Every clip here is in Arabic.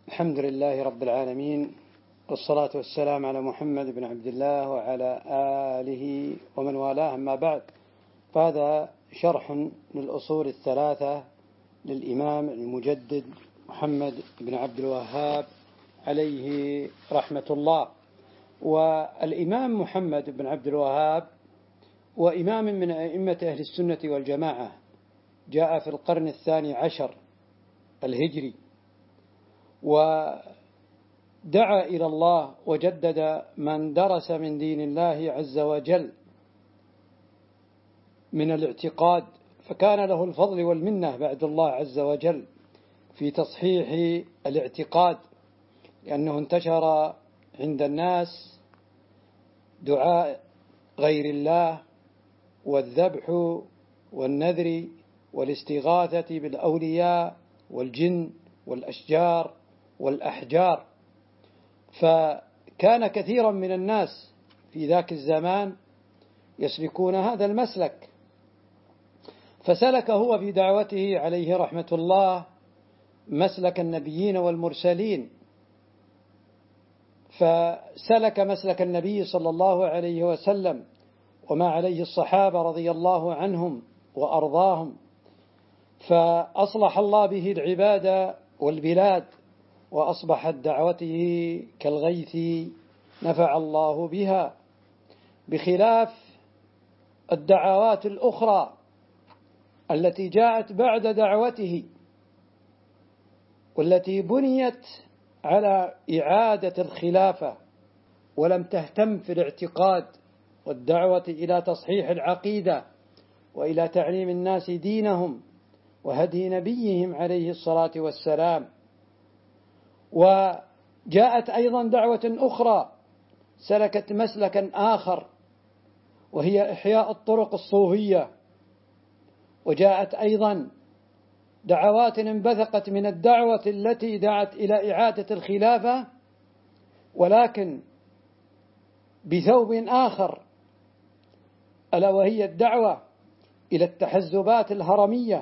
الحمد لله رب العالمين، والصلاة والسلام على محمد بن عبد الله وعلى آله ومن والاه، أما بعد. فهذا شرح للأصول الثلاثة للإمام المجدد محمد بن عبد الوهاب عليه رحمة الله. والإمام محمد بن عبد الوهاب وإمام من أئمة أهل السنة والجماعة، جاء في القرن 12 الهجري، ودعا إلى الله وجدد من درس من دين الله عز وجل من الاعتقاد، فكان له الفضل والمنة بعد الله عز وجل في تصحيح الاعتقاد، لأنه انتشر عند الناس دعاء غير الله والذبح والنذر والاستغاثة بالأولياء والجن والأشجار والأحجار، فكان كثيرا من الناس في ذاك الزمان يسلكون هذا المسلك، فسلك هو في دعوته عليه رحمة الله مسلك النبيين والمرسلين، فسلك مسلك النبي صلى الله عليه وسلم وما عليه الصحابة رضي الله عنهم وأرضاهم، فأصلح الله به العباد والبلاد، وأصبحت دعوته كالغيث نفع الله بها، بخلاف الدعوات الأخرى التي جاءت بعد دعوته، والتي بنيت على إعادة الخلافة ولم تهتم في الاعتقاد والدعوة إلى تصحيح العقيدة وإلى تعليم الناس دينهم وهدي نبيهم عليه الصلاة والسلام. وجاءت أيضا دعوة أخرى سلكت مسلكا آخر، وهي إحياء الطرق الصوفية، وجاءت أيضا دعوات انبثقت من الدعوة التي دعت إلى إعادة الخلافة، ولكن بثوب آخر، ألا وهي الدعوة إلى التحزبات الهرمية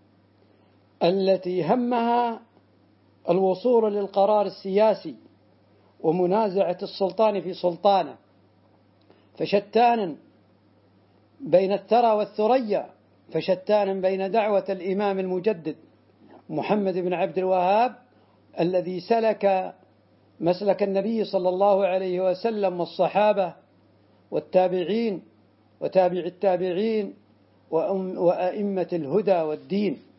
التي همها الوصول للقرار السياسي ومنازعة السلطان في سلطانه، فشتان بين الثرى والثريا، فشتان بين دعوة الإمام المجدد محمد بن عبد الوهاب الذي سلك مسلك النبي صلى الله عليه وسلم والصحابة والتابعين وتابع التابعين وأئمة الهدى والدين،